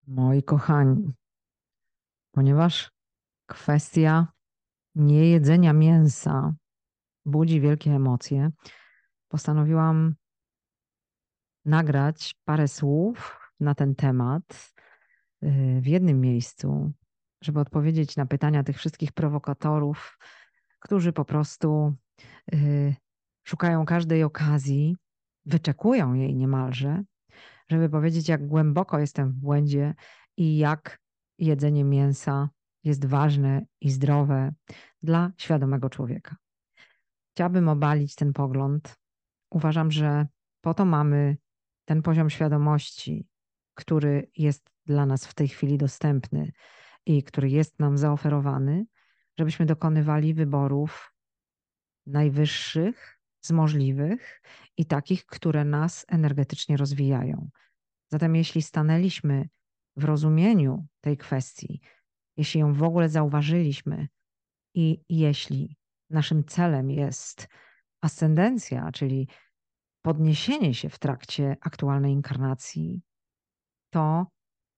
Moi kochani, ponieważ kwestia niejedzenia mięsa budzi wielkie emocje, postanowiłam nagrać parę słów na ten temat w jednym miejscu, żeby odpowiedzieć na pytania tych wszystkich prowokatorów, którzy po prostu y, szukają każdej okazji, wyczekują jej niemalże, żeby powiedzieć, jak głęboko jestem w błędzie i jak jedzenie mięsa jest ważne i zdrowe dla świadomego człowieka. Chciałabym obalić ten pogląd. Uważam, że po to mamy ten poziom świadomości, który jest dla nas w tej chwili dostępny i który jest nam zaoferowany, żebyśmy dokonywali wyborów najwyższych z możliwych i takich, które nas energetycznie rozwijają. Zatem jeśli stanęliśmy w rozumieniu tej kwestii, jeśli ją w ogóle zauważyliśmy i jeśli naszym celem jest ascendencja, czyli podniesienie się w trakcie aktualnej inkarnacji, to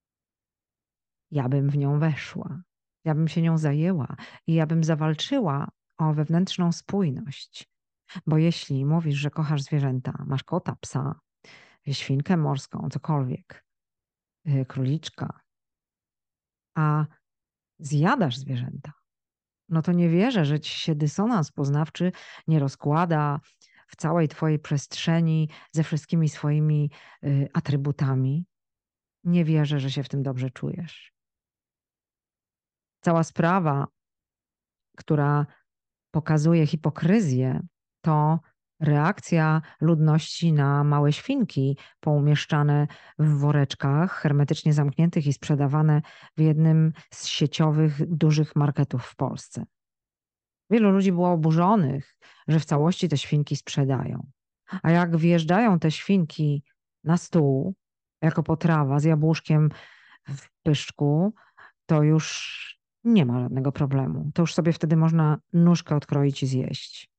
ja bym w nią weszła, ja bym się nią zajęła i ja bym zawalczyła o wewnętrzną spójność. Bo jeśli mówisz, że kochasz zwierzęta, masz kota, psa, świnkę morską, cokolwiek, króliczka, a zjadasz zwierzęta, no to nie wierzę, że ci się dysonans poznawczy nie rozkłada w całej twojej przestrzeni ze wszystkimi swoimi atrybutami. Nie wierzę, że się w tym dobrze czujesz. Cała sprawa, która pokazuje hipokryzję, to reakcja ludności na małe świnki poumieszczane w woreczkach hermetycznie zamkniętych i sprzedawane w jednym z sieciowych dużych marketów w Polsce. Wielu ludzi było oburzonych, że w całości te świnki sprzedają. A jak wjeżdżają te świnki na stół jako potrawa z jabłuszkiem w pyszczku, to już nie ma żadnego problemu. To już sobie wtedy można nóżkę odkroić i zjeść.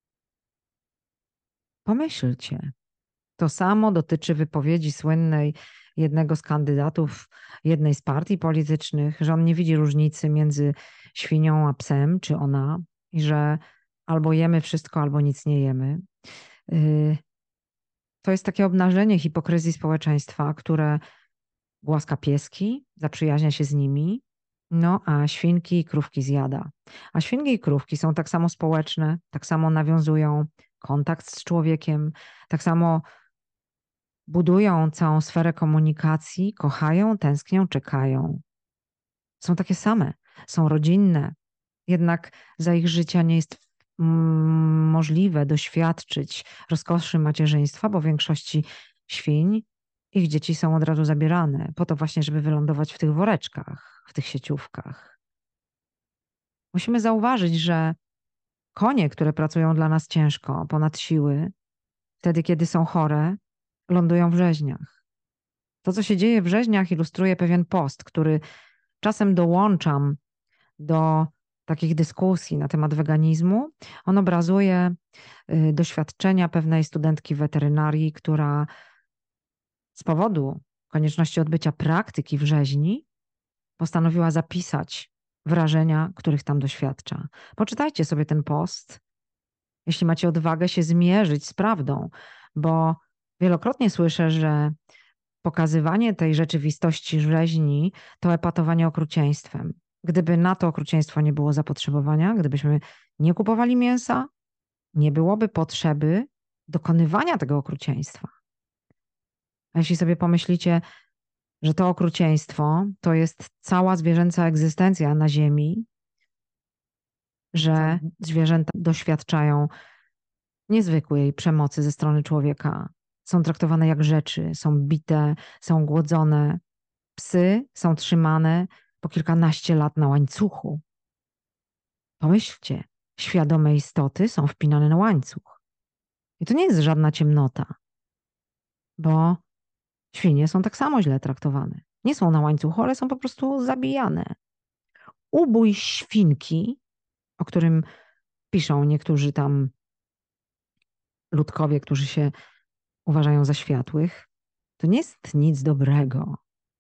Pomyślcie. To samo dotyczy wypowiedzi słynnej jednego z kandydatów jednej z partii politycznych, że on nie widzi różnicy między świnią a psem, czy ona, i że albo jemy wszystko, albo nic nie jemy. Y, To jest takie obnażenie hipokryzji społeczeństwa, które głaska pieski, zaprzyjaźnia się z nimi, no a świnki i krówki zjada. A świnki i krówki są tak samo społeczne, tak samo nawiązują kontakt z człowiekiem, tak samo budują całą sferę komunikacji, kochają, tęsknią, czekają. Są takie same, są rodzinne, jednak za ich życia nie jest możliwe doświadczyć rozkoszy macierzyństwa, bo w większości świń ich dzieci są od razu zabierane, po to właśnie, żeby wylądować w tych woreczkach, w tych sieciówkach. Musimy zauważyć, że konie, które pracują dla nas ciężko, ponad siły, wtedy, kiedy są chore, lądują w rzeźniach. To, co się dzieje w rzeźniach, ilustruje pewien post, który czasem dołączam do takich dyskusji na temat weganizmu. On obrazuje doświadczenia pewnej studentki weterynarii, która z powodu konieczności odbycia praktyki w rzeźni postanowiła zapisać wrażenia, których tam doświadcza. Poczytajcie sobie ten post, jeśli macie odwagę się zmierzyć z prawdą, bo wielokrotnie słyszę, że pokazywanie tej rzeczywistości rzeźni to epatowanie okrucieństwem. Gdyby na to okrucieństwo nie było zapotrzebowania, gdybyśmy nie kupowali mięsa, nie byłoby potrzeby dokonywania tego okrucieństwa. A jeśli sobie pomyślicie, że to okrucieństwo to jest cała zwierzęca egzystencja na Ziemi, że zwierzęta doświadczają niezwykłej przemocy ze strony człowieka, są traktowane jak rzeczy, są bite, są głodzone. Psy są trzymane po kilkanaście lat na łańcuchu. Pomyślcie, świadome istoty są wpinane na łańcuch. I to nie jest żadna ciemnota, bo świnie są tak samo źle traktowane. Nie są na łańcuchu, ale są po prostu zabijane. Ubój świnki, o którym piszą niektórzy tam ludkowie, którzy się uważają za światłych, to nie jest nic dobrego.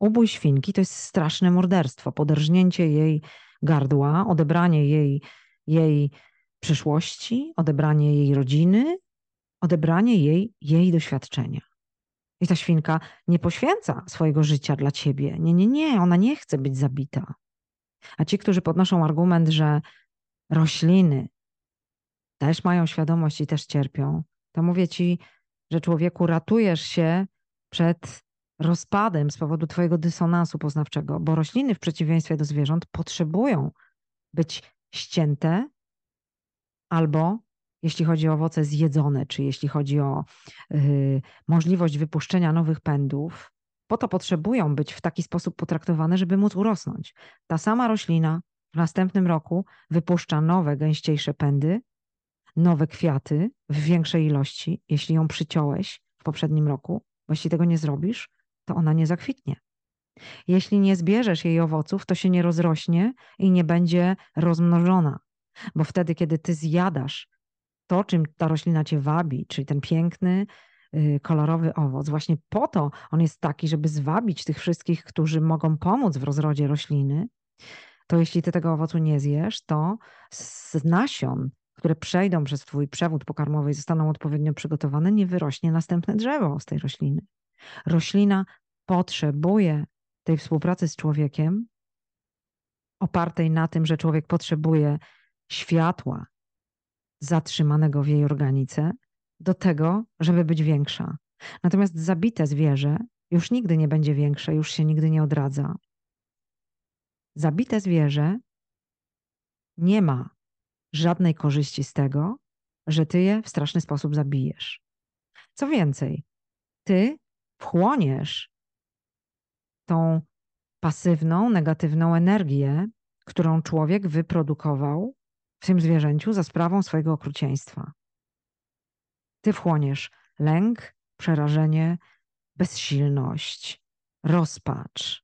Ubój świnki to jest straszne morderstwo, poderżnięcie jej gardła, odebranie jej przyszłości, odebranie jej rodziny, odebranie jej doświadczenia. I ta świnka nie poświęca swojego życia dla ciebie. Nie, nie, nie, ona nie chce być zabita. A ci, którzy podnoszą argument, że rośliny też mają świadomość i też cierpią, to mówię ci, że człowieku ratujesz się przed rozpadem z powodu twojego dysonansu poznawczego, bo rośliny w przeciwieństwie do zwierząt potrzebują być ścięte albo, jeśli chodzi o owoce, zjedzone, czy jeśli chodzi o możliwość wypuszczenia nowych pędów, po to potrzebują być w taki sposób potraktowane, żeby móc urosnąć. Ta sama roślina w następnym roku wypuszcza nowe, gęściejsze pędy, nowe kwiaty w większej ilości. Jeśli ją przyciąłeś w poprzednim roku, bo jeśli tego nie zrobisz, to ona nie zakwitnie. Jeśli nie zbierzesz jej owoców, to się nie rozrośnie i nie będzie rozmnożona. Bo wtedy, kiedy ty zjadasz to, czym ta roślina cię wabi, czyli ten piękny, kolorowy owoc, właśnie po to on jest taki, żeby zwabić tych wszystkich, którzy mogą pomóc w rozrodzie rośliny, to jeśli ty tego owocu nie zjesz, to z nasion, które przejdą przez twój przewód pokarmowy i zostaną odpowiednio przygotowane, nie wyrośnie następne drzewo z tej rośliny. Roślina potrzebuje tej współpracy z człowiekiem, opartej na tym, że człowiek potrzebuje światła zatrzymanego w jej organice do tego, żeby być większa. Natomiast zabite zwierzę już nigdy nie będzie większe, już się nigdy nie odradza. Zabite zwierzę nie ma żadnej korzyści z tego, że ty je w straszny sposób zabijesz. Co więcej, ty wchłoniesz tą pasywną, negatywną energię, którą człowiek wyprodukował w tym zwierzęciu za sprawą swojego okrucieństwa. Ty wchłoniesz lęk, przerażenie, bezsilność, rozpacz,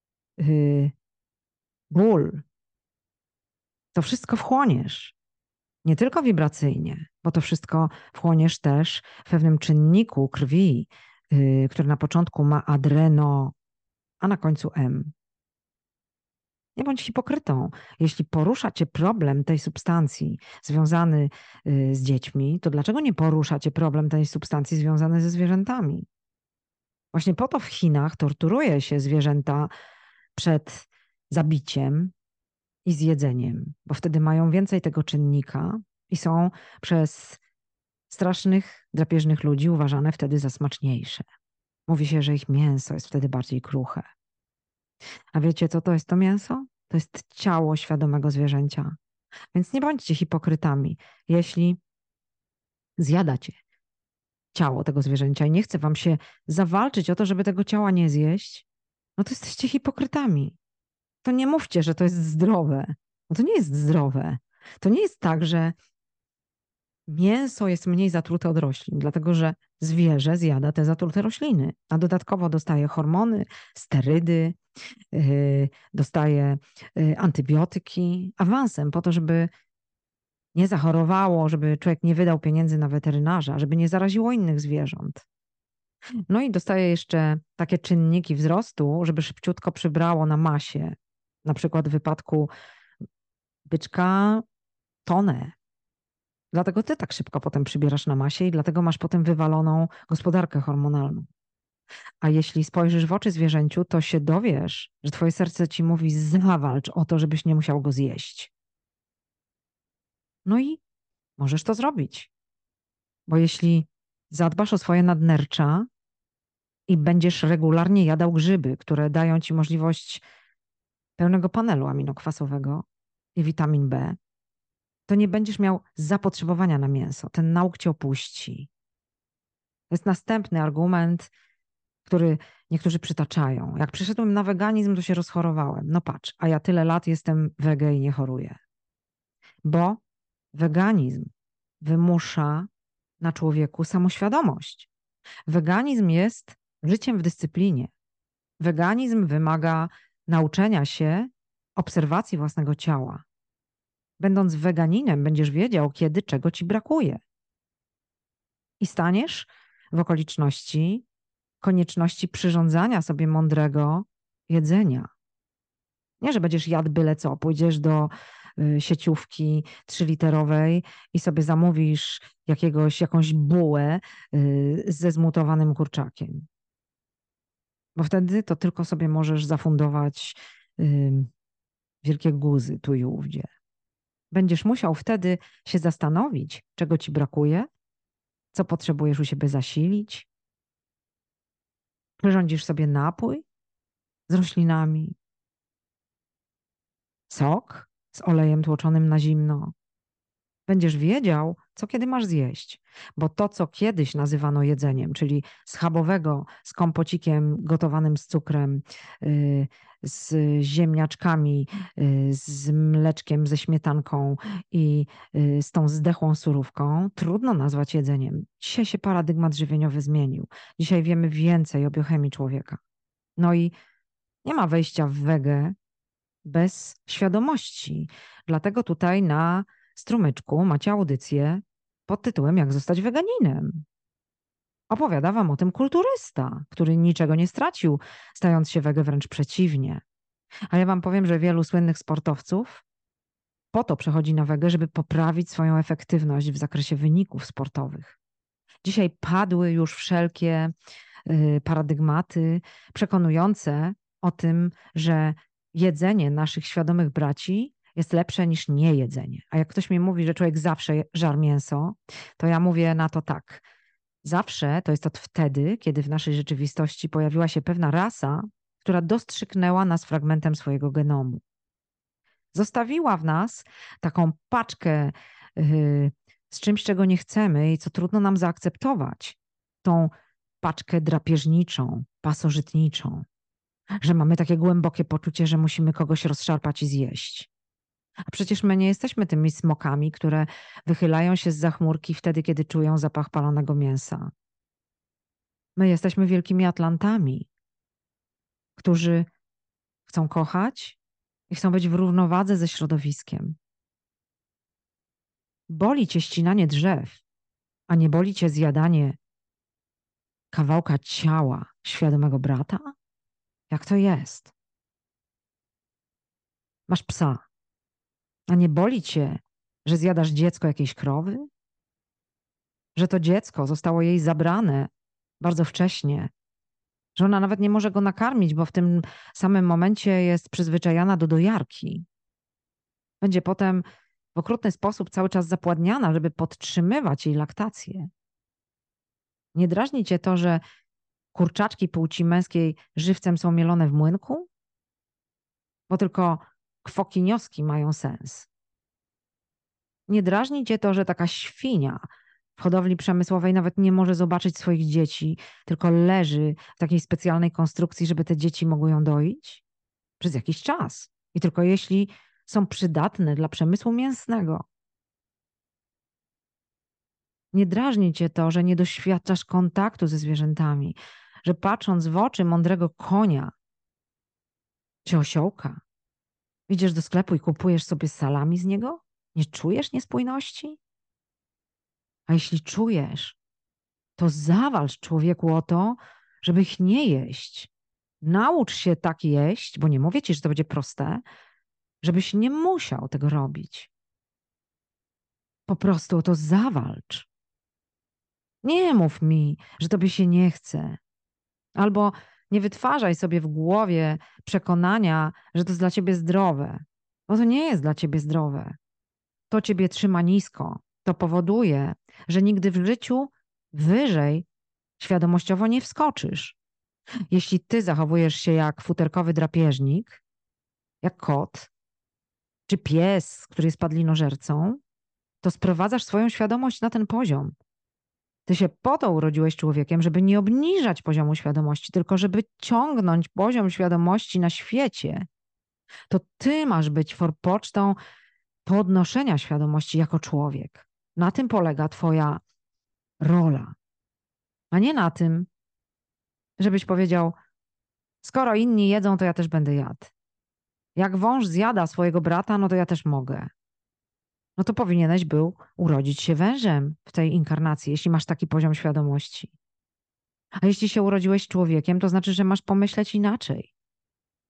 ból. To wszystko wchłoniesz. Nie tylko wibracyjnie, bo to wszystko wchłoniesz też w pewnym czynniku krwi, który na początku ma adreno, a na końcu M. Nie bądź hipokrytą. Jeśli porusza cię problem tej substancji związany z dziećmi, to dlaczego nie porusza cię problem tej substancji związany ze zwierzętami? Właśnie po to w Chinach torturuje się zwierzęta przed zabiciem i zjedzeniem, bo wtedy mają więcej tego czynnika i są przez strasznych, drapieżnych ludzi uważane wtedy za smaczniejsze. Mówi się, że ich mięso jest wtedy bardziej kruche. A wiecie, co to jest to mięso? To jest ciało świadomego zwierzęcia. Więc nie bądźcie hipokrytami. Jeśli zjadacie ciało tego zwierzęcia i nie chce wam się zawalczyć o to, żeby tego ciała nie zjeść, no to jesteście hipokrytami. To nie mówcie, że to jest zdrowe. No to nie jest zdrowe. To nie jest tak, że mięso jest mniej zatrute od roślin, dlatego że zwierzę zjada te zatrute rośliny, a dodatkowo dostaje hormony, sterydy, dostaje antybiotyki awansem po to, żeby nie zachorowało, żeby człowiek nie wydał pieniędzy na weterynarza, żeby nie zaraziło innych zwierząt. No i dostaje jeszcze takie czynniki wzrostu, żeby szybciutko przybrało na masie. Na przykład w wypadku byczka tonę. Dlatego ty tak szybko potem przybierasz na masie i dlatego masz potem wywaloną gospodarkę hormonalną. A jeśli spojrzysz w oczy zwierzęciu, to się dowiesz, że twoje serce ci mówi zawalcz o to, żebyś nie musiał go zjeść. No i możesz to zrobić. Bo jeśli zadbasz o swoje nadnercza i będziesz regularnie jadał grzyby, które dają ci możliwość pełnego panelu aminokwasowego i witamin B, to nie będziesz miał zapotrzebowania na mięso. Ten nauk cię opuści. To jest następny argument, który niektórzy przytaczają. Jak przyszedłem na weganizm, to się rozchorowałem. No patrz, a ja tyle lat jestem wege i nie choruję. Bo weganizm wymusza na człowieku samoświadomość. Weganizm jest życiem w dyscyplinie. Weganizm wymaga nauczenia się obserwacji własnego ciała. Będąc weganinem, będziesz wiedział, kiedy czego ci brakuje. I staniesz w okoliczności konieczności przyrządzania sobie mądrego jedzenia. Nie, że będziesz jadł byle co, pójdziesz do sieciówki 3-literowej i sobie zamówisz jakąś bułę ze zmutowanym kurczakiem. Bo wtedy to tylko sobie możesz zafundować wielkie guzy tu i ówdzie. Będziesz musiał wtedy się zastanowić, czego ci brakuje, co potrzebujesz u siebie zasilić. Przyrządzisz sobie napój z roślinami, sok z olejem tłoczonym na zimno. Będziesz wiedział, co kiedy masz zjeść, bo to, co kiedyś nazywano jedzeniem, czyli schabowego z kompocikiem gotowanym z cukrem, z ziemniaczkami, z mleczkiem, ze śmietanką i z tą zdechłą surówką, trudno nazwać jedzeniem. Dzisiaj się paradygmat żywieniowy zmienił. Dzisiaj wiemy więcej o biochemii człowieka. No i nie ma wejścia w wegę bez świadomości. Dlatego tutaj na strumyczku macie audycję pod tytułem Jak zostać weganinem. Opowiada wam o tym kulturysta, który niczego nie stracił, stając się wege, wręcz przeciwnie. A ja wam powiem, że wielu słynnych sportowców po to przechodzi na wegę, żeby poprawić swoją efektywność w zakresie wyników sportowych. Dzisiaj padły już wszelkie paradygmaty przekonujące o tym, że jedzenie naszych świadomych braci jest lepsze niż niejedzenie. A jak ktoś mi mówi, że człowiek zawsze żar mięso, to ja mówię na to tak. Zawsze to jest od wtedy, kiedy w naszej rzeczywistości pojawiła się pewna rasa, która dostrzygnęła nas fragmentem swojego genomu. Zostawiła w nas taką paczkę z czymś, czego nie chcemy i co trudno nam zaakceptować. Tą paczkę drapieżniczą, pasożytniczą, że mamy takie głębokie poczucie, że musimy kogoś rozszarpać i zjeść. A przecież my nie jesteśmy tymi smokami, które wychylają się z zachmurki wtedy, kiedy czują zapach palonego mięsa. My jesteśmy wielkimi Atlantami, którzy chcą kochać i chcą być w równowadze ze środowiskiem. Boli cię ścinanie drzew, a nie boli cię zjadanie kawałka ciała świadomego brata? Jak to jest? Masz psa, a nie boli cię, że zjadasz dziecko jakiejś krowy? Że to dziecko zostało jej zabrane bardzo wcześnie, że ona nawet nie może go nakarmić, bo w tym samym momencie jest przyzwyczajana do dojarki. Będzie potem w okrutny sposób cały czas zapładniana, żeby podtrzymywać jej laktację. Nie drażni cię to, że kurczaczki płci męskiej żywcem są mielone w młynku? Bo tylko kwokinioski mają sens. Nie drażni cię to, że taka świnia w hodowli przemysłowej nawet nie może zobaczyć swoich dzieci, tylko leży w takiej specjalnej konstrukcji, żeby te dzieci mogły ją doić? Przez jakiś czas. I tylko jeśli są przydatne dla przemysłu mięsnego. Nie drażni cię to, że nie doświadczasz kontaktu ze zwierzętami, że patrząc w oczy mądrego konia czy osiołka, idziesz do sklepu i kupujesz sobie salami z niego? Nie czujesz niespójności? A jeśli czujesz, to zawalcz człowieku o to, żeby ich nie jeść. Naucz się tak jeść, bo nie mówię ci, że to będzie proste, żebyś nie musiał tego robić. Po prostu o to zawalcz. Nie mów mi, że tobie się nie chce. Albo nie wytwarzaj sobie w głowie przekonania, że to jest dla ciebie zdrowe. Bo to nie jest dla ciebie zdrowe. To ciebie trzyma nisko. To powoduje, że nigdy w życiu wyżej świadomościowo nie wskoczysz. Jeśli ty zachowujesz się jak futerkowy drapieżnik, jak kot, czy pies, który jest padlinożercą, to sprowadzasz swoją świadomość na ten poziom. Ty się po to urodziłeś człowiekiem, żeby nie obniżać poziomu świadomości, tylko żeby ciągnąć poziom świadomości na świecie. To ty masz być forpocztą podnoszenia świadomości jako człowiek. Na tym polega twoja rola, a nie na tym, żebyś powiedział, skoro inni jedzą, to ja też będę jadł. Jak wąż zjada swojego brata, no to ja też mogę. No to powinieneś był urodzić się wężem w tej inkarnacji, jeśli masz taki poziom świadomości. A jeśli się urodziłeś człowiekiem, to znaczy, że masz pomyśleć inaczej.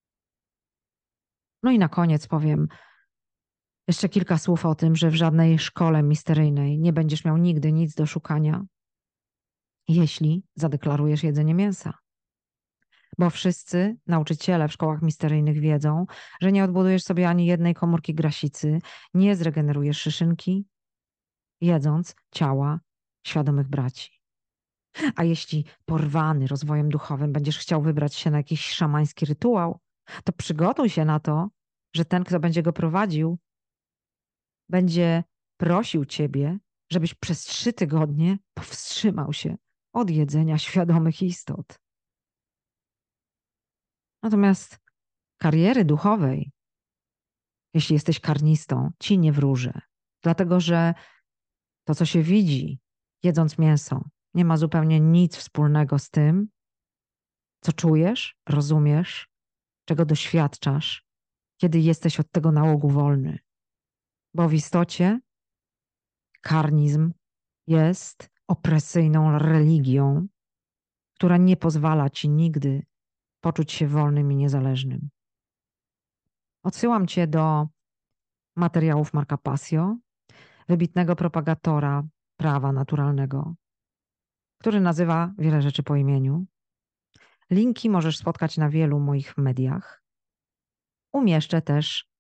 No i na koniec powiem jeszcze kilka słów o tym, że w żadnej szkole misteryjnej nie będziesz miał nigdy nic do szukania, jeśli zadeklarujesz jedzenie mięsa. Bo wszyscy nauczyciele w szkołach misteryjnych wiedzą, że nie odbudujesz sobie ani jednej komórki grasicy, nie zregenerujesz szyszynki, jedząc ciała świadomych braci. A jeśli porwany rozwojem duchowym będziesz chciał wybrać się na jakiś szamański rytuał, to przygotuj się na to, że ten, kto będzie go prowadził, będzie prosił ciebie, żebyś przez 3 tygodnie powstrzymał się od jedzenia świadomych istot. Natomiast kariery duchowej, jeśli jesteś karnistą, ci nie wróży. Dlatego, że to, co się widzi, jedząc mięso, nie ma zupełnie nic wspólnego z tym, co czujesz, rozumiesz, czego doświadczasz, kiedy jesteś od tego nałogu wolny. Bo w istocie karnizm jest opresyjną religią, która nie pozwala ci nigdy poczuć się wolnym i niezależnym. Odsyłam cię do materiałów Marka Passio, wybitnego propagatora prawa naturalnego, który nazywa wiele rzeczy po imieniu. Linki możesz spotkać na wielu moich mediach. Umieszczę też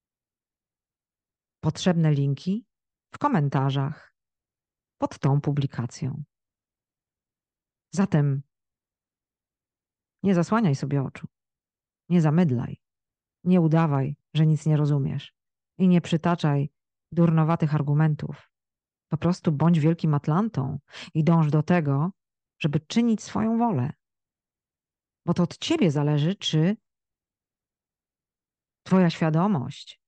potrzebne linki w komentarzach pod tą publikacją. Zatem nie zasłaniaj sobie oczu, nie zamydlaj, nie udawaj, że nic nie rozumiesz i nie przytaczaj durnowatych argumentów. Po prostu bądź wielkim Atlantą i dąż do tego, żeby czynić swoją wolę. Bo to od ciebie zależy, czy twoja świadomość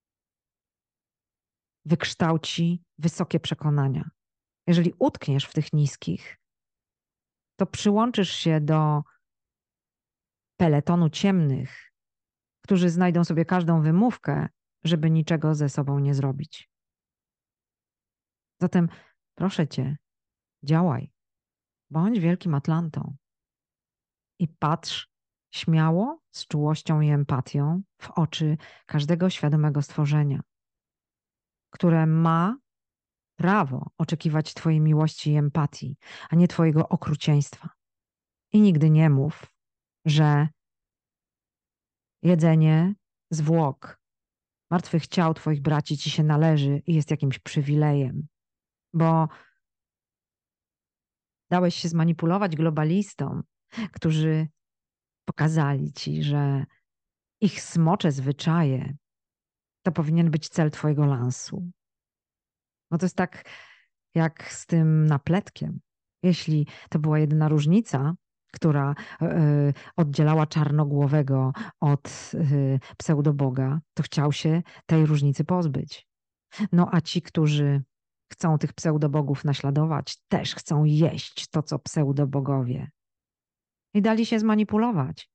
wykształci wysokie przekonania. Jeżeli utkniesz w tych niskich, to przyłączysz się do peletonu ciemnych, którzy znajdą sobie każdą wymówkę, żeby niczego ze sobą nie zrobić. Zatem proszę cię, działaj. Bądź wielkim Atlantą i patrz śmiało, z czułością i empatią w oczy każdego świadomego stworzenia, które ma prawo oczekiwać twojej miłości i empatii, a nie twojego okrucieństwa. I nigdy nie mów, że jedzenie zwłok martwych ciał twoich braci ci się należy i jest jakimś przywilejem, bo dałeś się zmanipulować globalistom, którzy pokazali ci, że ich smocze zwyczaje to powinien być cel twojego lansu. No to jest tak jak z tym napletkiem. Jeśli to była jedyna różnica, która oddzielała czarnogłowego od pseudoboga, to chciał się tej różnicy pozbyć. No a ci, którzy chcą tych pseudobogów naśladować, też chcą jeść to, co pseudobogowie. I dali się zmanipulować.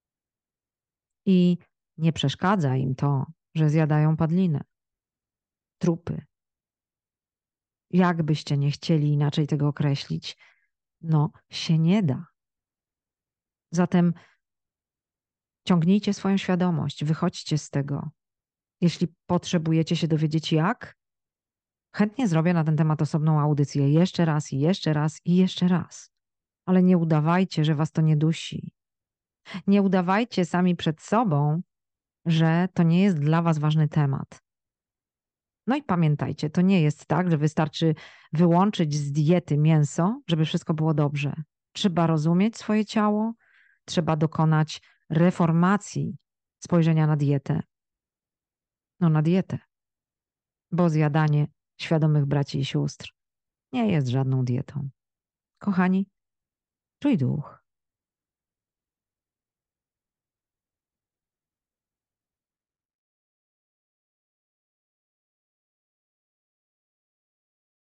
I nie przeszkadza im to, że zjadają padlinę, trupy. Jak byście nie chcieli inaczej tego określić, no się nie da. Zatem ciągnijcie swoją świadomość, wychodźcie z tego. Jeśli potrzebujecie się dowiedzieć jak, chętnie zrobię na ten temat osobną audycję jeszcze raz i jeszcze raz i jeszcze raz. Ale nie udawajcie, że was to nie dusi. Nie udawajcie sami przed sobą, że to nie jest dla was ważny temat. No i pamiętajcie, to nie jest tak, że wystarczy wyłączyć z diety mięso, żeby wszystko było dobrze. Trzeba rozumieć swoje ciało, trzeba dokonać reformacji spojrzenia na dietę. No na dietę. Bo zjadanie świadomych braci i sióstr nie jest żadną dietą. Kochani, czuj duch.